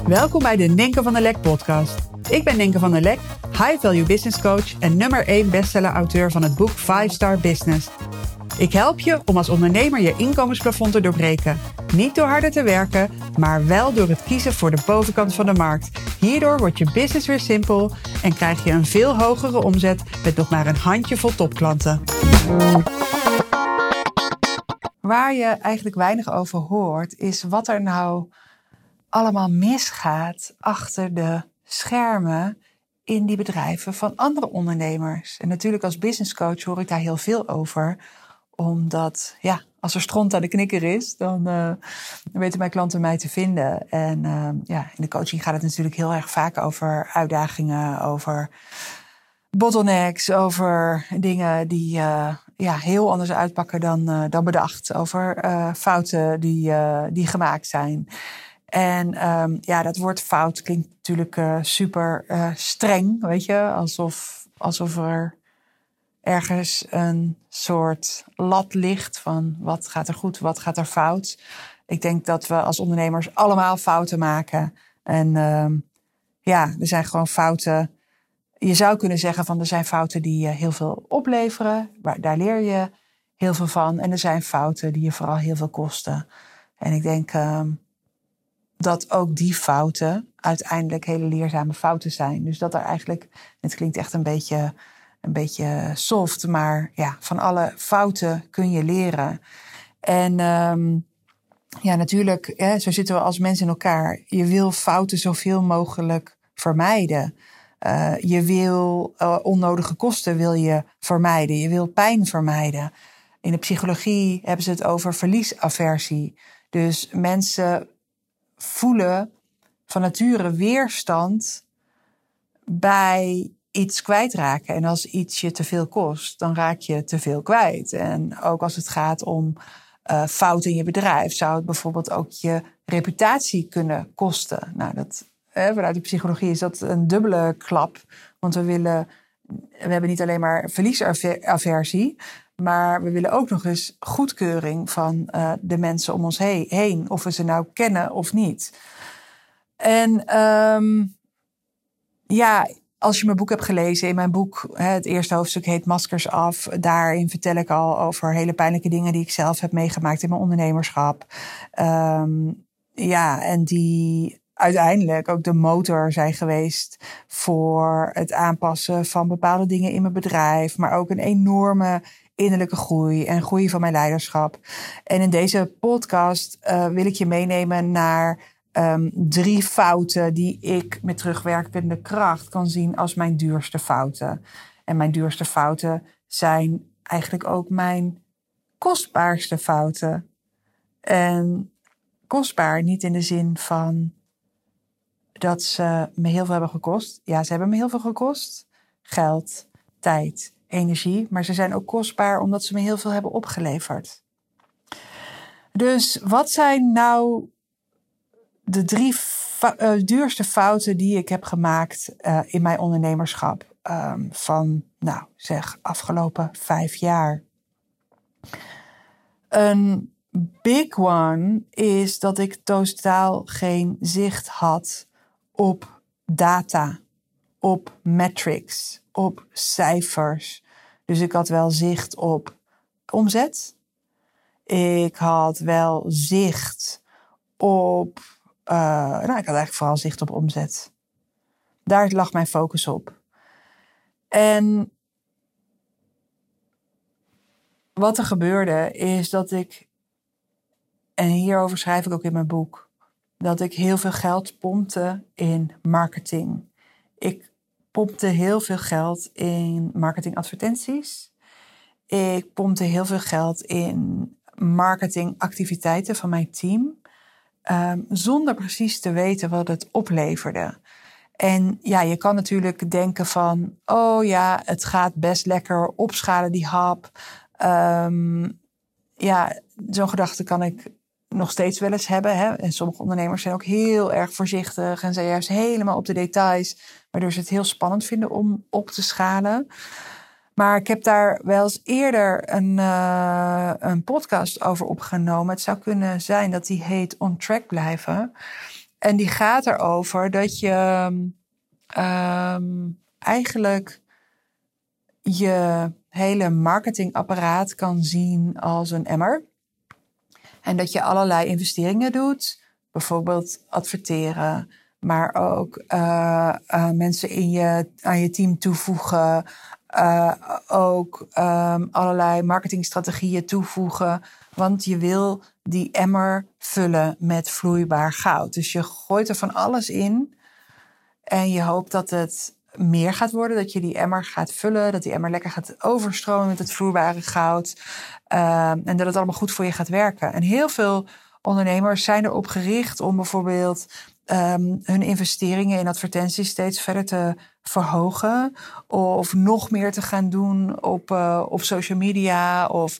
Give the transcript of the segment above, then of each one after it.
Welkom bij de Ninke van der Lek podcast. Ik ben Ninke van der Lek, High Value Business Coach en nummer 1 bestseller-auteur van het boek 5 Star Business. Ik help je om als ondernemer je inkomensplafond te doorbreken. Niet door harder te werken, maar wel door het kiezen voor de bovenkant van de markt. Hierdoor wordt je business weer simpel en krijg je een veel hogere omzet met nog maar een handjevol topklanten. Waar je eigenlijk weinig over hoort, is wat er nou allemaal misgaat achter de schermen in die bedrijven van andere ondernemers. En natuurlijk als business coach hoor ik daar heel veel over. Omdat, als er stront aan de knikker is, dan weten mijn klanten mij te vinden. En in de coaching gaat het natuurlijk heel erg vaak over uitdagingen, over bottlenecks, over dingen die heel anders uitpakken dan bedacht. Over fouten die gemaakt zijn. En dat woord fout klinkt natuurlijk super streng, weet je. Alsof er ergens een soort lat ligt van wat gaat er goed, wat gaat er fout. Ik denk dat we als ondernemers allemaal fouten maken. En er zijn gewoon fouten. Je zou kunnen zeggen van er zijn fouten die je heel veel opleveren. Daar leer je heel veel van. En er zijn fouten die je vooral heel veel kosten. En ik denk dat ook die fouten uiteindelijk hele leerzame fouten zijn. Dus dat er eigenlijk, het klinkt echt een beetje soft, maar van alle fouten kun je leren. En natuurlijk, zo zitten we als mensen in elkaar. Je wil fouten zoveel mogelijk vermijden. Je wil onnodige kosten wil je vermijden. Je wil pijn vermijden. In de psychologie hebben ze het over verliesaversie. Dus mensen voelen van nature weerstand bij iets kwijtraken. En als iets je te veel kost, dan raak je te veel kwijt. En ook als het gaat om fouten in je bedrijf, zou het bijvoorbeeld ook je reputatie kunnen kosten. Nou, vanuit de psychologie is dat een dubbele klap. Want we hebben niet alleen maar verliesaversie, maar we willen ook nog eens goedkeuring van de mensen om ons heen. Of we ze nou kennen of niet. En als je mijn boek hebt gelezen, in mijn boek, het eerste hoofdstuk heet Maskers af. Daarin vertel ik al over hele pijnlijke dingen die ik zelf heb meegemaakt in mijn ondernemerschap. En die uiteindelijk ook de motor zijn geweest voor het aanpassen van bepaalde dingen in mijn bedrijf. Maar ook een enorme innerlijke groei en groei van mijn leiderschap. En in deze podcast wil ik je meenemen naar 3 fouten die ik met terugwerkende kracht kan zien als mijn duurste fouten. En mijn duurste fouten zijn eigenlijk ook mijn kostbaarste fouten. En kostbaar niet in de zin van dat ze me heel veel hebben gekost. Ja, ze hebben me heel veel gekost. Geld, tijd, energie. Maar ze zijn ook kostbaar omdat ze me heel veel hebben opgeleverd. Dus wat zijn nou de 3 duurste fouten die ik heb gemaakt in mijn ondernemerschap van, afgelopen 5 jaar? Een big one is dat ik totaal geen zicht had op data, op metrics, op cijfers. Dus ik had wel zicht op omzet. Ik had wel zicht op ik had eigenlijk vooral zicht op omzet. Daar lag mijn focus op. En wat er gebeurde is dat ik, en hierover schrijf ik ook in mijn boek, dat ik heel veel geld pompte in marketing. Ik pompte heel veel geld in marketingadvertenties. Ik pompte heel veel geld in marketingactiviteiten van mijn team. Zonder precies te weten wat het opleverde. En je kan natuurlijk denken van, het gaat best lekker opschalen die hap. Zo'n gedachte kan ik nog steeds wel eens hebben. Hè? En sommige ondernemers zijn ook heel erg voorzichtig en zijn juist helemaal op de details, waardoor ze het heel spannend vinden om op te schalen. Maar ik heb daar wel eens eerder een podcast over opgenomen. Het zou kunnen zijn dat die heet On Track blijven. En die gaat erover dat je eigenlijk je hele marketingapparaat kan zien als een emmer. En dat je allerlei investeringen doet. Bijvoorbeeld adverteren. Maar ook mensen aan je team toevoegen. Ook allerlei marketingstrategieën toevoegen. Want je wil die emmer vullen met vloeibaar goud. Dus je gooit er van alles in. En je hoopt dat het meer gaat worden. Dat je die emmer gaat vullen. Dat die emmer lekker gaat overstromen met het vloeibare goud. En dat het allemaal goed voor je gaat werken. En heel veel ondernemers zijn erop gericht om bijvoorbeeld hun investeringen in advertenties steeds verder te verhogen. Of nog meer te gaan doen op social media. Of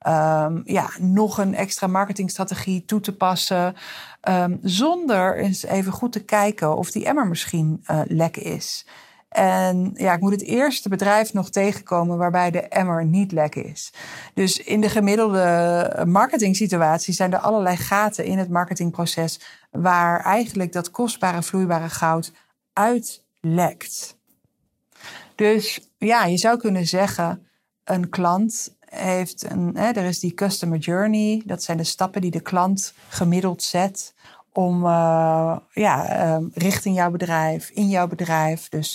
nog een extra marketingstrategie toe te passen. Zonder eens even goed te kijken of die emmer misschien lek is. En ja, ik moet het eerste bedrijf nog tegenkomen waarbij de emmer niet lek is. Dus in de gemiddelde marketingsituatie zijn er allerlei gaten in het marketingproces waar eigenlijk dat kostbare vloeibare goud uitlekt. Dus ja, je zou kunnen zeggen, een klant heeft er is die customer journey. Dat zijn de stappen die de klant gemiddeld zet om richting jouw bedrijf, in jouw bedrijf. Dus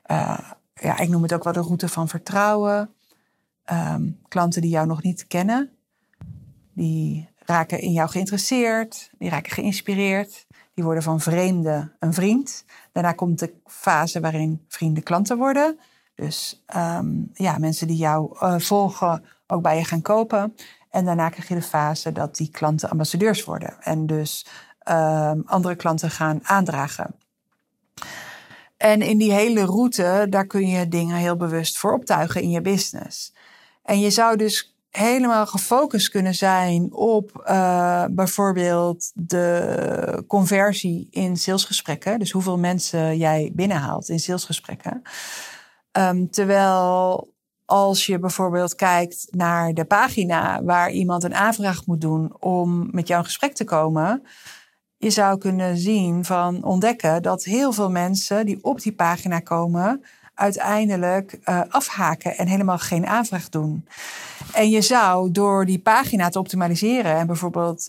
ik noem het ook wel de route van vertrouwen. Klanten die jou nog niet kennen, die raken in jou geïnteresseerd, die raken geïnspireerd. Die worden van vreemden een vriend. Daarna komt de fase waarin vrienden klanten worden. Dus mensen die jou volgen ook bij je gaan kopen. En daarna krijg je de fase dat die klanten ambassadeurs worden. En dus andere klanten gaan aandragen. En in die hele route, daar kun je dingen heel bewust voor optuigen in je business. En je zou dus helemaal gefocust kunnen zijn op bijvoorbeeld de conversie in salesgesprekken. Dus hoeveel mensen jij binnenhaalt in salesgesprekken. Terwijl als je bijvoorbeeld kijkt naar de pagina waar iemand een aanvraag moet doen om met jou in gesprek te komen, je zou kunnen ontdekken dat heel veel mensen die op die pagina komen uiteindelijk afhaken en helemaal geen aanvraag doen. En je zou door die pagina te optimaliseren en bijvoorbeeld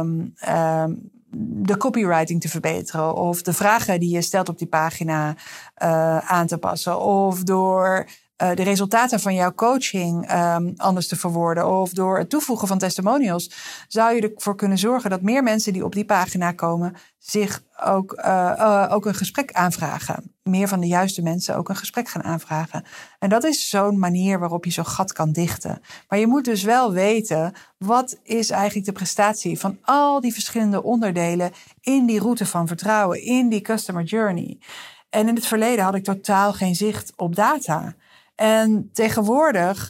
de copywriting te verbeteren of de vragen die je stelt op die pagina aan te passen of door de resultaten van jouw coaching anders te verwoorden of door het toevoegen van testimonials, zou je ervoor kunnen zorgen dat meer mensen die op die pagina komen zich ook een gesprek aanvragen. Meer van de juiste mensen ook een gesprek gaan aanvragen. En dat is zo'n manier waarop je zo'n gat kan dichten. Maar je moet dus wel weten, wat is eigenlijk de prestatie van al die verschillende onderdelen in die route van vertrouwen, in die customer journey. En in het verleden had ik totaal geen zicht op data. En tegenwoordig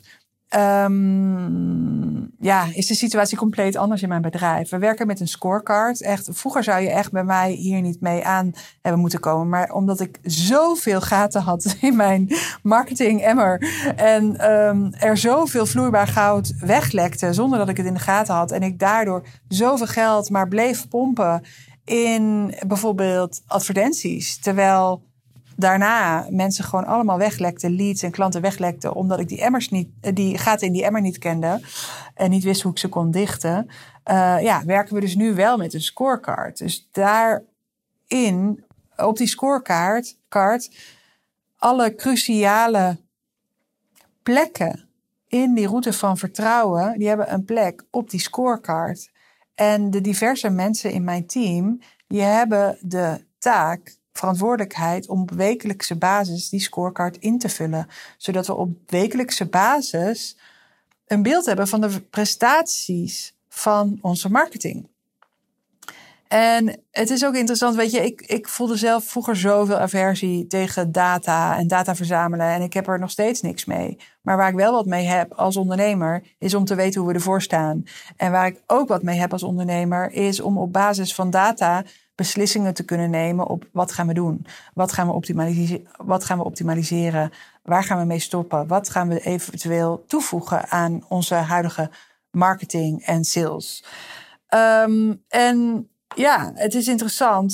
is de situatie compleet anders in mijn bedrijf. We werken met een scorecard. Vroeger zou je echt bij mij hier niet mee aan hebben moeten komen. Maar omdat ik zoveel gaten had in mijn marketing emmer en er zoveel vloeibaar goud weglekte zonder dat ik het in de gaten had. En ik daardoor zoveel geld maar bleef pompen in bijvoorbeeld advertenties. Terwijl daarna mensen gewoon allemaal weglekten, leads en klanten weglekten, omdat ik die gaten in die emmer niet kende en niet wist hoe ik ze kon dichten. Werken we dus nu wel met een scorecard. Dus daarin, op die scorecard, alle cruciale plekken in die route van vertrouwen, die hebben een plek op die scorecard. En de diverse mensen in mijn team, die hebben de verantwoordelijkheid om op wekelijkse basis die scorecard in te vullen. Zodat we op wekelijkse basis een beeld hebben van de prestaties van onze marketing. En het is ook interessant, weet je, ik voelde zelf vroeger zoveel aversie tegen data en data verzamelen. En ik heb er nog steeds niks mee. Maar waar ik wel wat mee heb als ondernemer, is om te weten hoe we ervoor staan. En waar ik ook wat mee heb als ondernemer, is om op basis van data beslissingen te kunnen nemen op wat gaan we doen. Wat gaan we optimaliseren? Waar gaan we mee stoppen? Wat gaan we eventueel toevoegen aan onze huidige marketing en sales? En ja, het is interessant.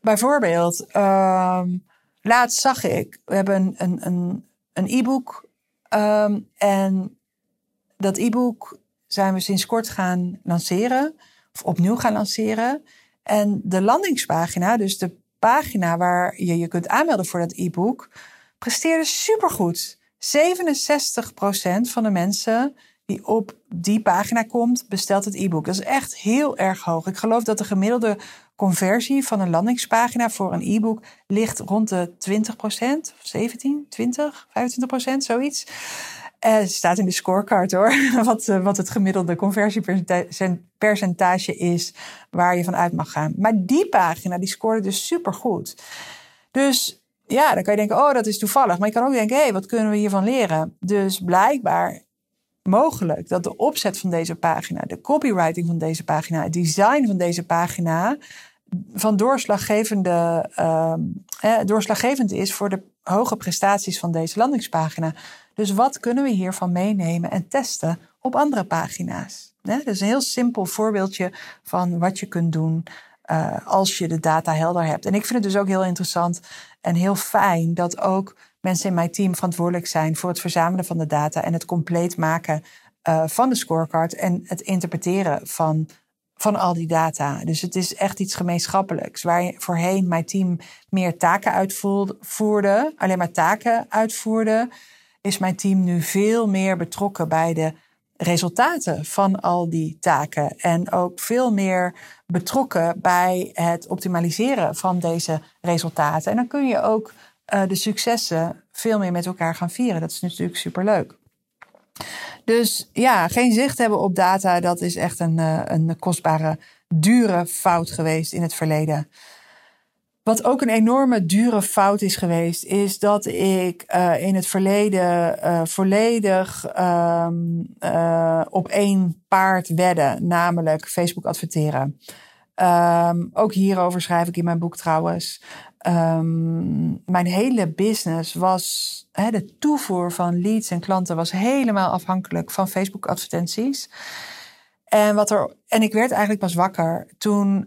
bijvoorbeeld, laatst zag ik, we hebben een e-book. En dat e-book zijn we sinds kort gaan lanceren. Of opnieuw gaan lanceren. En de landingspagina, dus de pagina waar je kunt aanmelden voor dat e-book, presteerde supergoed. 67% van de mensen die op die pagina komt, bestelt het e-book. Dat is echt heel erg hoog. Ik geloof dat de gemiddelde conversie van een landingspagina voor een e-book ligt rond de 20%, 17, 20, 25%, zoiets. Het staat in de scorecard hoor, wat het gemiddelde conversiepercentage is waar je van uit mag gaan. Maar die pagina, die scoorde dus supergoed. Dus ja, dan kan je denken, oh, dat is toevallig. Maar je kan ook denken, hé, wat kunnen we hiervan leren? Dus blijkbaar mogelijk dat de opzet van deze pagina, de copywriting van deze pagina, het design van deze pagina van doorslaggevend is voor de hoge prestaties van deze landingspagina. Dus wat kunnen we hiervan meenemen en testen op andere pagina's? Dat is een heel simpel voorbeeldje van wat je kunt doen als je de data helder hebt. En ik vind het dus ook heel interessant en heel fijn dat ook mensen in mijn team verantwoordelijk zijn voor het verzamelen van de data en het compleet maken van de scorecard en het interpreteren van al die data. Dus het is echt iets gemeenschappelijks. Waar voorheen mijn team meer taken uitvoerde, alleen maar taken uitvoerde, is mijn team nu veel meer betrokken bij de resultaten van al die taken. En ook veel meer betrokken bij het optimaliseren van deze resultaten. En dan kun je ook de successen veel meer met elkaar gaan vieren. Dat is natuurlijk superleuk. Dus ja, geen zicht hebben op data, dat is echt een kostbare, dure fout geweest in het verleden. Wat ook een enorme dure fout is geweest, is dat ik in het verleden volledig op één paard wedde, namelijk Facebook adverteren. Ook hierover schrijf ik in mijn boek trouwens. Mijn hele business was, de toevoer van leads en klanten was helemaal afhankelijk van Facebook advertenties. En ik werd eigenlijk pas wakker toen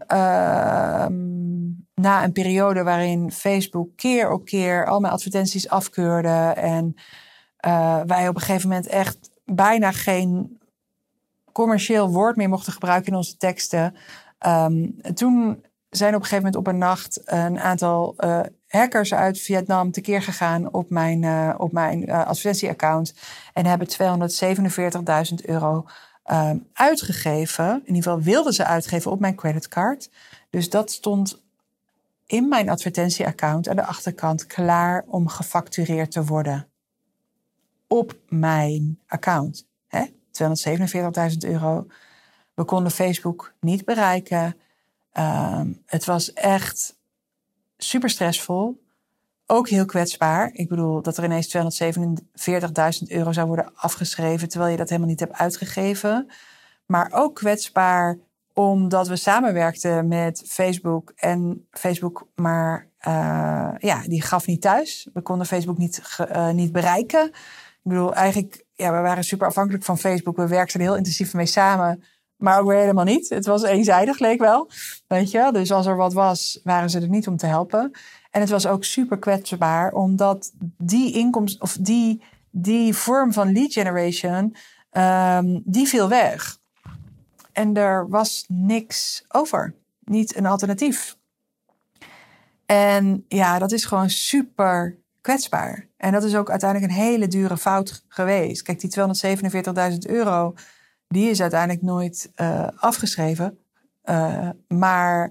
na een periode waarin Facebook keer op keer al mijn advertenties afkeurde. En wij op een gegeven moment echt bijna geen commercieel woord meer mochten gebruiken in onze teksten. Toen zijn op een gegeven moment op een nacht een aantal hackers uit Vietnam tekeer gegaan op mijn advertentieaccount. En hebben €247.000 uitgegeven. In ieder geval wilden ze uitgeven op mijn creditcard. Dus dat stond in mijn advertentieaccount aan de achterkant klaar om gefactureerd te worden. Op mijn account. €247.000. We konden Facebook niet bereiken. Het was echt super stressvol. Ook heel kwetsbaar. Ik bedoel dat er ineens €247.000 zou worden afgeschreven, terwijl je dat helemaal niet hebt uitgegeven. Maar ook kwetsbaar omdat we samenwerkten met Facebook. En Facebook die gaf niet thuis. We konden Facebook niet bereiken. Ik bedoel eigenlijk, we waren super afhankelijk van Facebook. We werkten er heel intensief mee samen. Maar ook weer helemaal niet. Het was eenzijdig, leek wel. Weet je? Dus als er wat was, waren ze er niet om te helpen. En het was ook super kwetsbaar, omdat die inkomst of die vorm van lead generation, die viel weg. En er was niks over. Niet een alternatief. En ja, dat is gewoon super kwetsbaar. En dat is ook uiteindelijk een hele dure fout geweest. Kijk, die €247.000, die is uiteindelijk nooit afgeschreven. Maar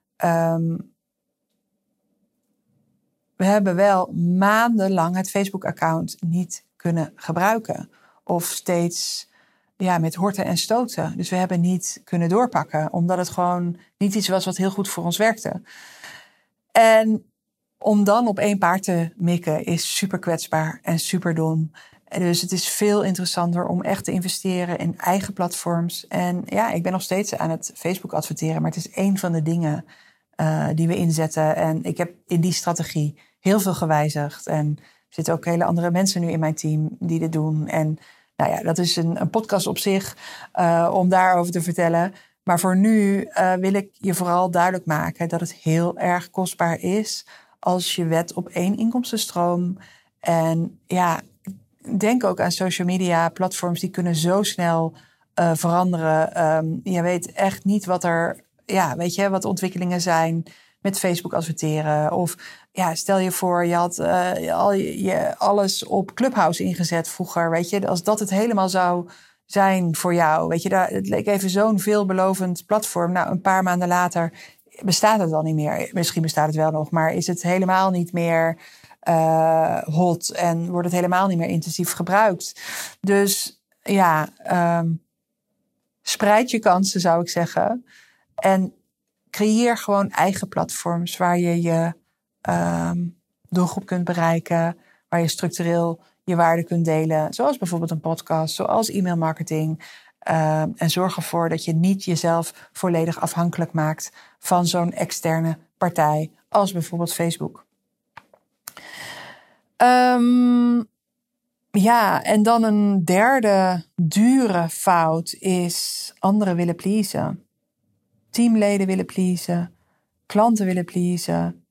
we hebben wel maandenlang het Facebook-account niet kunnen gebruiken. Of steeds met horten en stoten. Dus we hebben niet kunnen doorpakken. Omdat het gewoon niet iets was wat heel goed voor ons werkte. En om dan op één paard te mikken is super kwetsbaar en super dom. En dus het is veel interessanter om echt te investeren in eigen platforms. En ja, ik ben nog steeds aan het Facebook adverteren. Maar het is één van de dingen die we inzetten. En ik heb in die strategie heel veel gewijzigd. En er zitten ook hele andere mensen nu in mijn team die dit doen. En nou ja, dat is een podcast op zich om daarover te vertellen. Maar voor nu wil ik je vooral duidelijk maken dat het heel erg kostbaar is als je wedt op één inkomstenstroom. En ja, denk ook aan social media platforms die kunnen zo snel veranderen. Je weet echt niet wat wat de ontwikkelingen zijn met Facebook adverteren. Of ja, stel je voor, je had alles op Clubhouse ingezet vroeger. Weet je, als dat het helemaal zou zijn voor jou. Weet je, het leek even zo'n veelbelovend platform. Nou, een paar maanden later bestaat het dan niet meer. Misschien bestaat het wel nog, maar is het helemaal niet meer hot en wordt het helemaal niet meer intensief gebruikt. Dus ja, spreid je kansen, zou ik zeggen. En creëer gewoon eigen platforms waar je je doelgroep kunt bereiken, waar je structureel je waarde kunt delen, zoals bijvoorbeeld een podcast, zoals e-mailmarketing. En zorg ervoor dat je niet jezelf volledig afhankelijk maakt van zo'n externe partij, als bijvoorbeeld Facebook. En dan een derde dure fout is anderen willen pleasen. Teamleden willen pleasen. Klanten willen pleasen.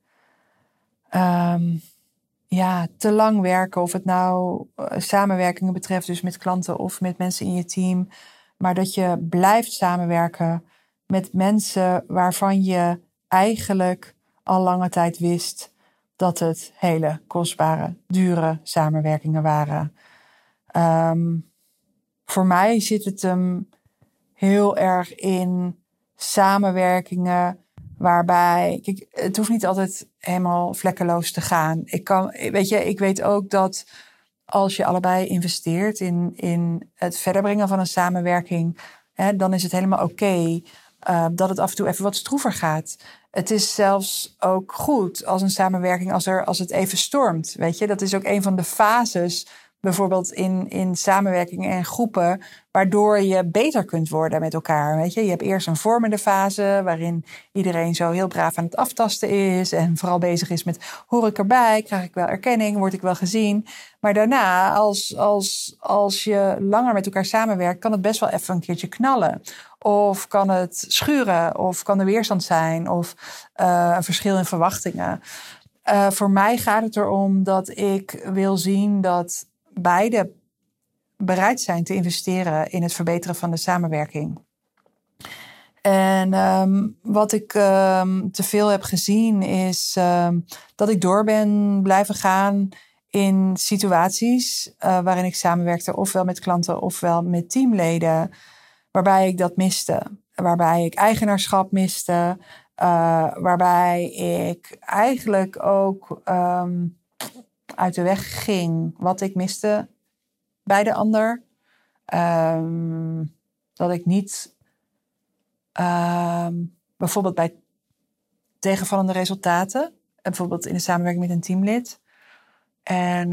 Te lang werken. Of het nou samenwerkingen betreft, dus met klanten of met mensen in je team. Maar dat je blijft samenwerken met mensen waarvan je eigenlijk al lange tijd wist dat het hele kostbare, dure samenwerkingen waren. Voor mij zit het hem heel erg in samenwerkingen waarbij, kijk, het hoeft niet altijd helemaal vlekkeloos te gaan. Ik weet ook dat als je allebei investeert in het verder brengen van een samenwerking, dan is het helemaal oké dat het af en toe even wat stroever gaat. Het is zelfs ook goed als een samenwerking, als het even stormt. Weet je, dat is ook een van de fases, bijvoorbeeld in samenwerkingen en groepen, waardoor je beter kunt worden met elkaar. Weet je hebt eerst een vormende fase waarin iedereen zo heel braaf aan het aftasten is en vooral bezig is met: hoor ik erbij, krijg ik wel erkenning, word ik wel gezien. Maar daarna, als je langer met elkaar samenwerkt, kan het best wel even een keertje knallen. Of kan het schuren, of kan er weerstand zijn, of een verschil in verwachtingen. Voor mij gaat het erom dat ik wil zien dat beide bereid zijn te investeren in het verbeteren van de samenwerking. En wat ik te veel heb gezien is dat ik door ben blijven gaan in situaties waarin ik samenwerkte, ofwel met klanten ofwel met teamleden, waarbij ik dat miste. Waarbij ik eigenaarschap miste. Waarbij ik eigenlijk ook uit de weg ging wat ik miste bij de ander. Dat ik niet bijvoorbeeld bij tegenvallende resultaten, bijvoorbeeld in de samenwerking met een teamlid. En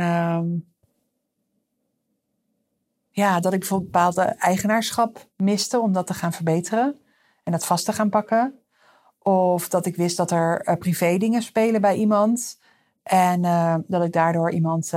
dat ik bijvoorbeeld bepaalde eigenaarschap miste om dat te gaan verbeteren en dat vast te gaan pakken. Of dat ik wist dat er privé dingen spelen bij iemand. En dat ik daardoor iemand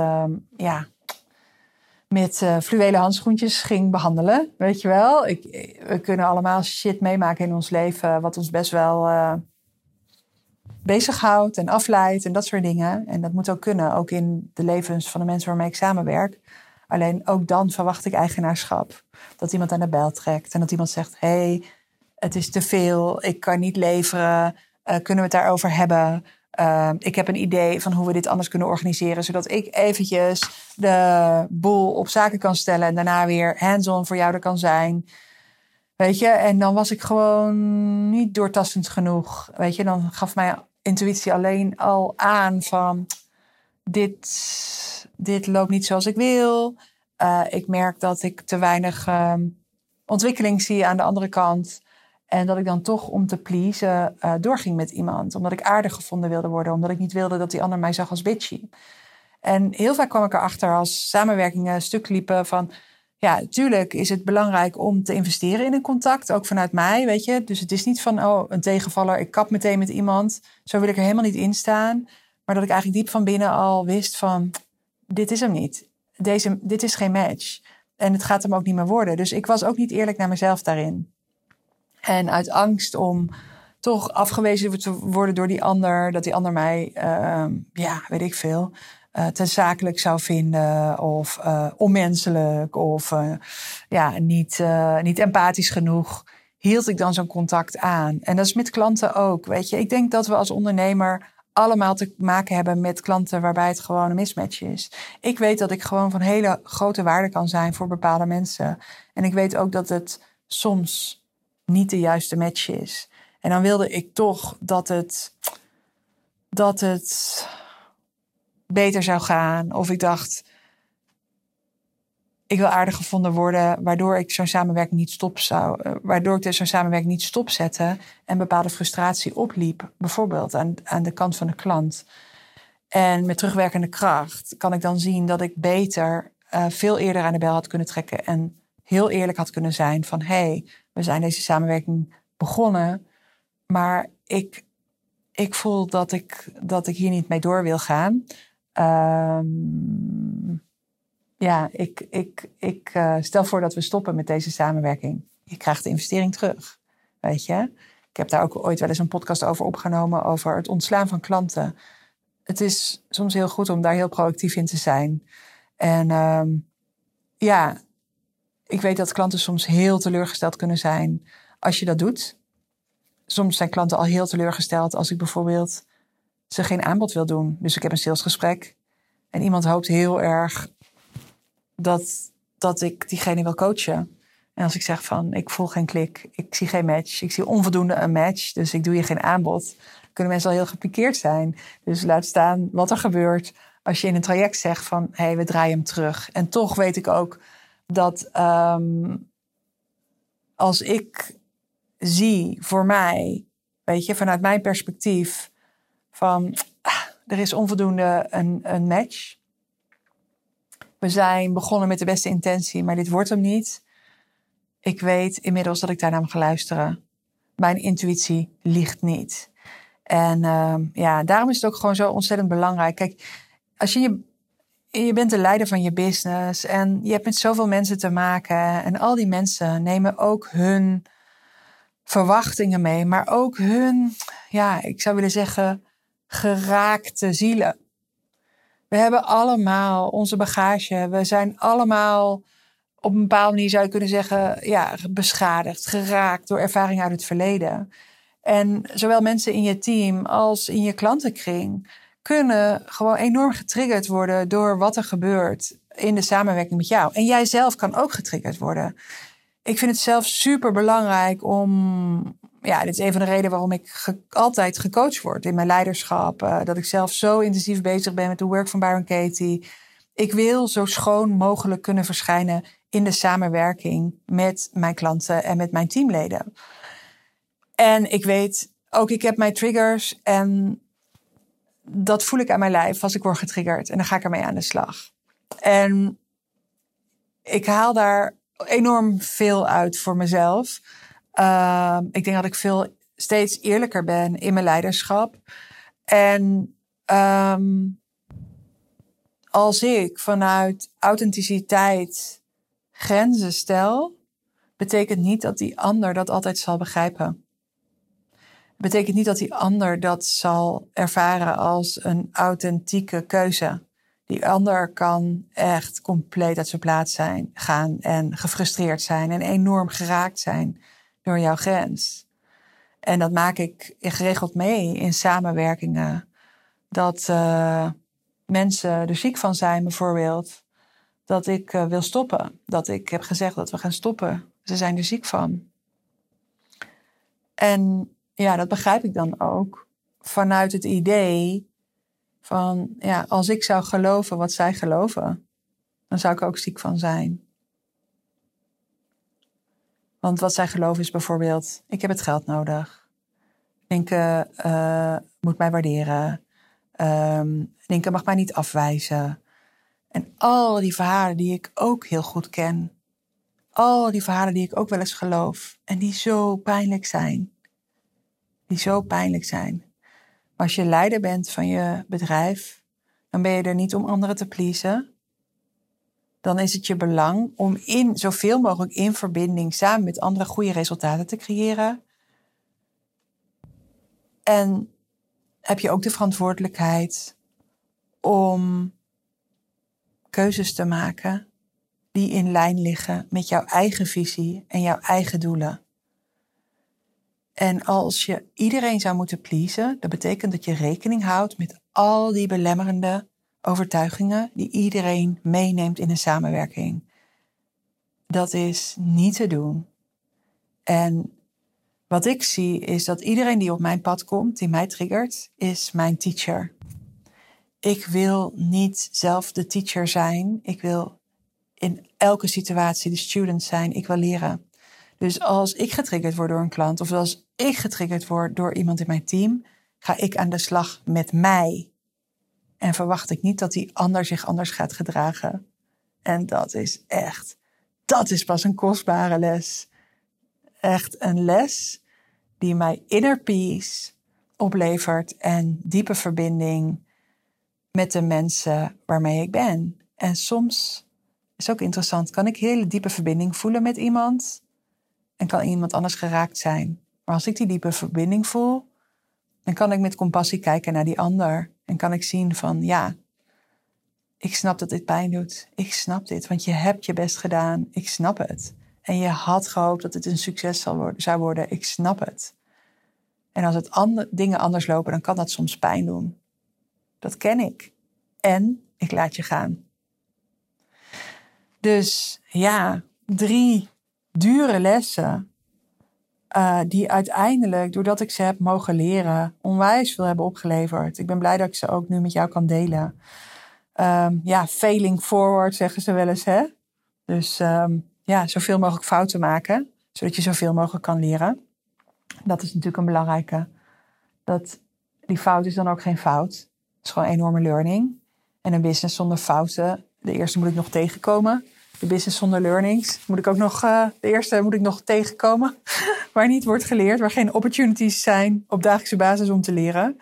met fluwelen handschoentjes ging behandelen. Weet je wel? We kunnen allemaal shit meemaken in ons leven wat ons best wel bezighoudt en afleidt en dat soort dingen. En dat moet ook kunnen, ook in de levens van de mensen waarmee ik samenwerk. Alleen ook dan verwacht ik eigenaarschap. Dat iemand aan de bel trekt en dat iemand zegt: hey, het is te veel, ik kan niet leveren, kunnen we het daarover hebben? Ik heb een idee van hoe we dit anders kunnen organiseren, zodat ik eventjes de boel op zaken kan stellen en daarna weer hands-on voor jou er kan zijn. Weet je, en dan was ik gewoon niet doortastend genoeg. Weet je, dan gaf mijn intuïtie alleen al aan van: dit loopt niet zoals ik wil. Ik merk dat ik te weinig ontwikkeling zie aan de andere kant. En dat ik dan toch om te pleasen doorging met iemand. Omdat ik aardig gevonden wilde worden. Omdat ik niet wilde dat die ander mij zag als bitchy. En heel vaak kwam ik erachter als samenwerkingen stuk liepen van: ja, natuurlijk is het belangrijk om te investeren in een contact. Ook vanuit mij, weet je. Dus het is niet van: oh, een tegenvaller, ik kap meteen met iemand. Zo wil ik er helemaal niet in staan. Maar dat ik eigenlijk diep van binnen al wist van: dit is hem niet. Dit is geen match. En het gaat hem ook niet meer worden. Dus ik was ook niet eerlijk naar mezelf daarin. En uit angst om toch afgewezen te worden door die ander, dat die ander mij, weet ik veel, te zakelijk zou vinden of onmenselijk of niet empathisch genoeg, hield ik dan zo'n contact aan. En dat is met klanten ook, weet je. Ik denk dat we als ondernemer allemaal te maken hebben met klanten waarbij het gewoon een mismatch is. Ik weet dat ik gewoon van hele grote waarde kan zijn voor bepaalde mensen. En ik weet ook dat het soms niet de juiste match is. En dan wilde ik toch dat het beter zou gaan. Of ik dacht, ik wil aardig gevonden worden, waardoor ik zo'n samenwerking niet stopzette en bepaalde frustratie opliep. Bijvoorbeeld aan de kant van de klant. En met terugwerkende kracht kan ik dan zien dat ik beter veel eerder aan de bel had kunnen trekken en heel eerlijk had kunnen zijn van we zijn deze samenwerking begonnen, maar ik voel dat ik hier niet mee door wil gaan. Ik stel voor dat we stoppen met deze samenwerking. Je krijgt de investering terug, weet je. Ik heb daar ook ooit wel eens een podcast over opgenomen, over het ontslaan van klanten. Het is soms heel goed om daar heel proactief in te zijn. En ik weet dat klanten soms heel teleurgesteld kunnen zijn als je dat doet. Soms zijn klanten al heel teleurgesteld als ik bijvoorbeeld ze geen aanbod wil doen. Dus ik heb een salesgesprek en iemand hoopt heel erg dat ik diegene wil coachen. En als ik zeg van, ik voel geen klik, ik zie geen match, ik zie onvoldoende een match, dus ik doe je geen aanbod, kunnen mensen al heel gepikeerd zijn. Dus laat staan wat er gebeurt als je in een traject zegt van, we draaien hem terug. En toch weet ik ook dat als ik zie voor mij, weet je, vanuit mijn perspectief van, er is onvoldoende een match. We zijn begonnen met de beste intentie, maar dit wordt hem niet. Ik weet inmiddels dat ik daarnaar mag luisteren. Mijn intuïtie liegt niet. En daarom is het ook gewoon zo ontzettend belangrijk. Kijk, als je bent de leider van je business en je hebt met zoveel mensen te maken. En al die mensen nemen ook hun verwachtingen mee, maar ook hun, ik zou willen zeggen, geraakte zielen. We hebben allemaal onze bagage. We zijn allemaal op een bepaalde manier, zou je kunnen zeggen, beschadigd, geraakt door ervaringen uit het verleden. En zowel mensen in je team als in je klantenkring kunnen gewoon enorm getriggerd worden door wat er gebeurt in de samenwerking met jou. En jij zelf kan ook getriggerd worden. Ik vind het zelf super belangrijk om, dit is een van de redenen waarom ik altijd gecoacht word in mijn leiderschap. Dat ik zelf zo intensief bezig ben met de work van Byron Katie. Ik wil zo schoon mogelijk kunnen verschijnen in de samenwerking met mijn klanten en met mijn teamleden. En ik weet ook, ik heb mijn triggers en dat voel ik aan mijn lijf als ik word getriggerd. En dan ga ik ermee aan de slag. En ik haal daar enorm veel uit voor mezelf. Ik denk dat ik steeds eerlijker ben in mijn leiderschap. En als ik vanuit authenticiteit grenzen stel, betekent niet dat die ander dat altijd zal begrijpen. Betekent niet dat die ander dat zal ervaren als een authentieke keuze. Die ander kan echt compleet uit zijn plaats gaan en gefrustreerd zijn en enorm geraakt zijn door jouw grens. En dat maak ik geregeld mee in samenwerkingen. Dat mensen er ziek van zijn bijvoorbeeld. Dat ik wil stoppen. Dat ik heb gezegd dat we gaan stoppen. Ze zijn er ziek van. En dat begrijp ik dan ook vanuit het idee van, als ik zou geloven wat zij geloven, dan zou ik er ook ziek van zijn. Want wat zij geloven is bijvoorbeeld, ik heb het geld nodig. Denken moet mij waarderen. Denken mag mij niet afwijzen. En al die verhalen die ik ook heel goed ken. Al die verhalen die ik ook wel eens geloof. En die zo pijnlijk zijn. Maar als je leider bent van je bedrijf, dan ben je er niet om anderen te pleasen. dan is het je belang om zoveel mogelijk in verbinding samen met anderen goede resultaten te creëren. En heb je ook de verantwoordelijkheid om keuzes te maken die in lijn liggen met jouw eigen visie en jouw eigen doelen. En als je iedereen zou moeten pleasen, dat betekent dat je rekening houdt met al die belemmerende overtuigingen die iedereen meeneemt in een samenwerking. Dat is niet te doen. En wat ik zie is dat iedereen die op mijn pad komt, die mij triggert, is mijn teacher. Ik wil niet zelf de teacher zijn. Ik wil in elke situatie de student zijn. Ik wil leren. Dus als ik getriggerd word door een klant, of als ik getriggerd word door iemand in mijn team, ga ik aan de slag met mij. En verwacht ik niet dat die ander zich anders gaat gedragen. En dat is pas een kostbare les. Echt een les die mij inner peace oplevert en diepe verbinding met de mensen waarmee ik ben. En soms is ook interessant, kan ik hele diepe verbinding voelen met iemand en kan iemand anders geraakt zijn. Maar als ik die diepe verbinding voel, dan kan ik met compassie kijken naar die ander. En kan ik zien van, ja, ik snap dat dit pijn doet. Ik snap dit, want je hebt je best gedaan. Ik snap het. En je had gehoopt dat het een succes zou worden. Ik snap het. En als dingen anders lopen, dan kan dat soms pijn doen. Dat ken ik. En ik laat je gaan. Dus ja, 3 dure lessen die uiteindelijk, doordat ik ze heb mogen leren, onwijs veel hebben opgeleverd. Ik ben blij dat ik ze ook nu met jou kan delen. Failing forward zeggen ze wel eens, hè? Dus zoveel mogelijk fouten maken, zodat je zoveel mogelijk kan leren. Dat is natuurlijk een belangrijke. Die fout is dan ook geen fout. Het is gewoon een enorme learning. En een business zonder fouten, de eerste moet ik nog tegenkomen. De business zonder learnings moet ik ook nog, de eerste moet ik nog tegenkomen. Waar niet wordt geleerd, waar geen opportunities zijn op dagelijkse basis om te leren.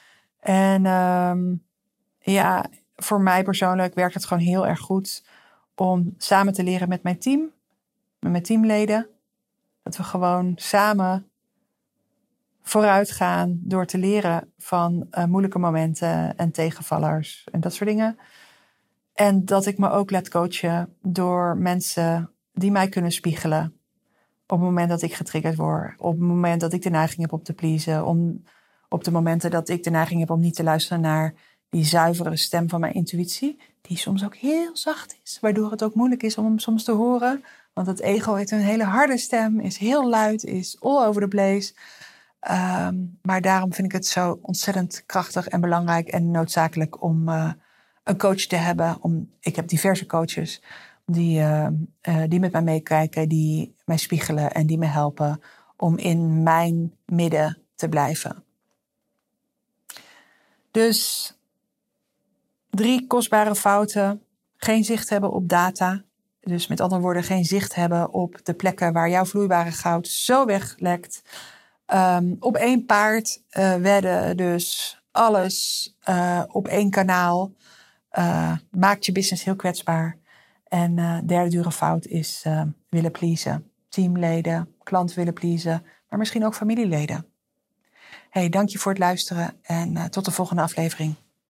En voor mij persoonlijk werkt het gewoon heel erg goed om samen te leren met mijn team, met mijn teamleden. Dat we gewoon samen vooruit gaan door te leren van moeilijke momenten en tegenvallers en dat soort dingen. En dat ik me ook laat coachen door mensen die mij kunnen spiegelen. Op het moment dat ik getriggerd word. Op het moment dat ik de neiging heb om te pleasen. Op de momenten dat ik de neiging heb om niet te luisteren naar die zuivere stem van mijn intuïtie. Die soms ook heel zacht is. Waardoor het ook moeilijk is om hem soms te horen. Want het ego heeft een hele harde stem. Is heel luid. Is all over the place. Maar daarom vind ik het zo ontzettend krachtig en belangrijk en noodzakelijk om een coach te hebben. Ik heb diverse coaches die met mij meekijken, die mij spiegelen en die me helpen om in mijn midden te blijven. Dus 3 kostbare fouten. Geen zicht hebben op data. Dus met andere woorden, geen zicht hebben op de plekken waar jouw vloeibare goud zo weglekt. Op 1 paard wedden, dus alles op 1 kanaal. Maakt je business heel kwetsbaar. En derde dure fout is willen pleasen. Teamleden, klanten willen pleasen, maar misschien ook familieleden. Hey, dank je voor het luisteren en tot de volgende aflevering.